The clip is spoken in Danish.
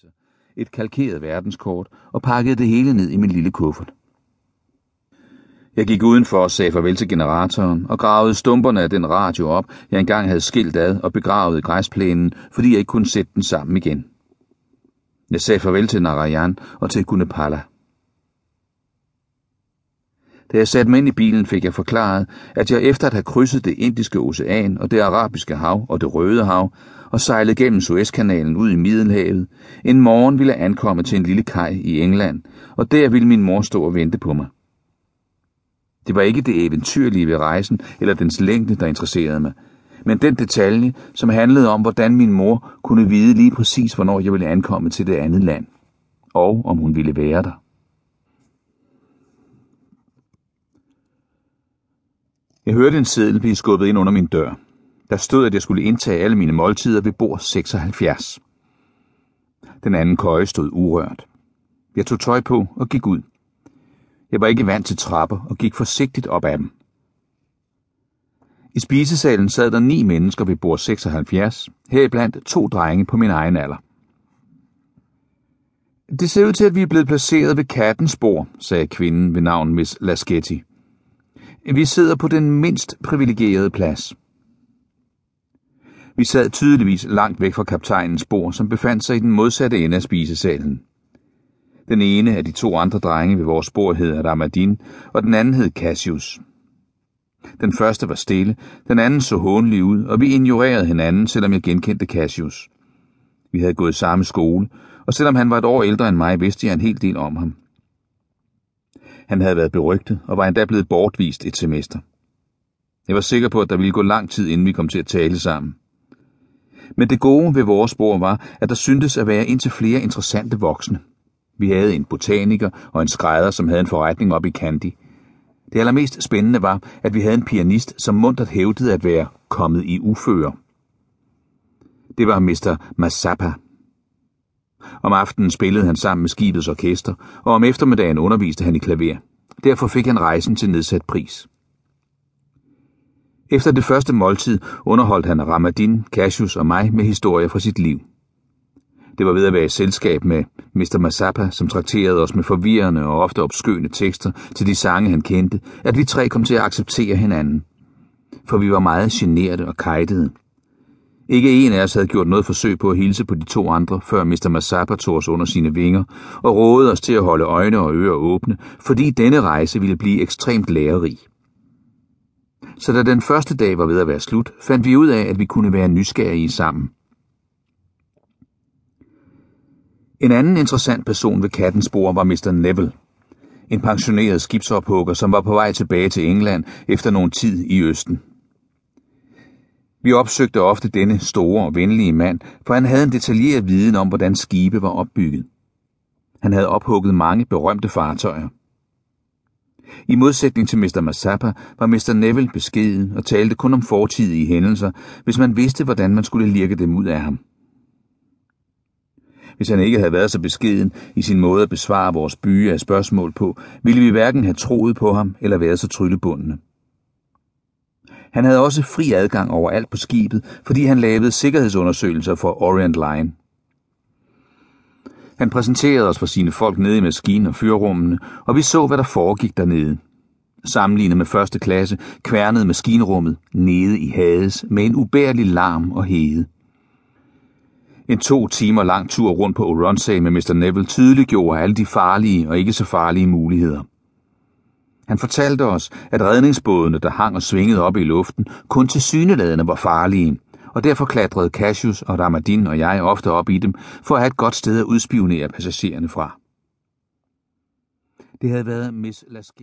sig et kalkeret verdenskort og pakkede det hele ned i min lille kuffert. Jeg gik udenfor og sagde farvel til generatoren og gravede stumperne af den radio op, jeg engang havde skilt ad og begravet i græsplænen, fordi jeg ikke kunne sætte den sammen igen. Jeg sagde farvel til Narayan og til Gunepala. Da jeg satte mig ind i bilen, fik jeg forklaret, at jeg efter at have krydset det Indiske Ocean og det Arabiske Hav og det Røde Hav og sejlet gennem Suezkanalen ud i Middelhavet, en morgen ville ankomme til en lille kaj i England, og der ville min mor stå og vente på mig. Det var ikke det eventyrlige ved rejsen eller dens længde, der interesserede mig, men den detalje, som handlede om, hvordan min mor kunne vide lige præcis, hvornår jeg ville ankomme til det andet land, og om hun ville være der. Jeg hørte en seddel blive skubbet ind under min dør. Der stod, at jeg skulle indtage alle mine måltider ved bord 76. Den anden køje stod urørt. Jeg tog tøj på og gik ud. Jeg var ikke vant til trapper og gik forsigtigt op ad dem. I spisesalen sad der 9 mennesker ved bord 76, heriblandt 2 drenge på min egen alder. Det ser ud til, at vi er blevet placeret ved kattens bord, sagde kvinden ved navn Miss Laschetti. Vi sidder på den mindst privilegerede plads. Vi sad tydeligvis langt væk fra kaptajnens bord, som befandt sig i den modsatte ende af spisesalen. Den ene af de 2 andre drenge ved vores bord hed Ramadin, og den anden hed Cassius. Den første var stille, den anden så hånlig ud, og vi ignorerede hinanden, selvom jeg genkendte Cassius. Vi havde gået samme skole, og selvom han var et år ældre end mig, vidste jeg en hel del om ham. Han havde været berygtet og var endda blevet bortvist et semester. Jeg var sikker på, at der ville gå lang tid, inden vi kom til at tale sammen. Men det gode ved vores bord var, at der syntes at være indtil flere interessante voksne. Vi havde en botaniker og en skrædder, som havde en forretning op i Kandy. Det allermest spændende var, at vi havde en pianist, som muntert hævdede at være kommet i uføre. Det var Mr. Mazappa. Om aftenen spillede han sammen med skibets orkester, og om eftermiddagen underviste han i klaver. Derfor fik han rejsen til nedsat pris. Efter det første måltid underholdt han Ramadin, Cassius og mig med historier fra sit liv. Det var ved at være i selskab med Mr. Mazappa, som trakterede os med forvirrende og ofte obskøne tekster til de sange, han kendte, at vi 3 kom til at acceptere hinanden. For vi var meget generede og kejtede. Ikke en af os havde gjort noget forsøg på at hilse på de 2 andre, før Mr. Mazappa tog os under sine vinger og rådede os til at holde øjne og ører åbne, fordi denne rejse ville blive ekstremt lærerig. Så da den første dag var ved at være slut, fandt vi ud af, at vi kunne være nysgerrige sammen. En anden interessant person ved kattens bord var Mr. Neville, en pensioneret skibsophugger, som var på vej tilbage til England efter nogen tid i Østen. Vi opsøgte ofte denne store og venlige mand, for han havde en detaljeret viden om, hvordan skibe var opbygget. Han havde ophugget mange berømte fartøjer. I modsætning til Mr. Mazappa var Mr. Neville beskeden og talte kun om fortidige hændelser, hvis man vidste, hvordan man skulle lirke dem ud af ham. Hvis han ikke havde været så beskeden i sin måde at besvare vores byge af spørgsmål på, ville vi hverken have troet på ham eller været så tryllebundne. Han havde også fri adgang overalt på skibet, fordi han lavede sikkerhedsundersøgelser for Orient Line. Han præsenterede os for sine folk nede i maskinen og fyrrummene, og vi så, hvad der foregik dernede. Sammenlignet med første klasse kværnede maskinrummet nede i Hades med en ubærlig larm og hede. En 2 timer lang tur rundt på Oronsay med Mr. Neville tydeliggjorde alle de farlige og ikke så farlige muligheder. Han fortalte os, at redningsbådene, der hang og svingede op i luften, kun tilsyneladende var farlige, og derfor klatrede Cassius og Ramadin og jeg ofte op i dem, for at have et godt sted at udspionere passagererne fra. Det havde været Miss Laschetti.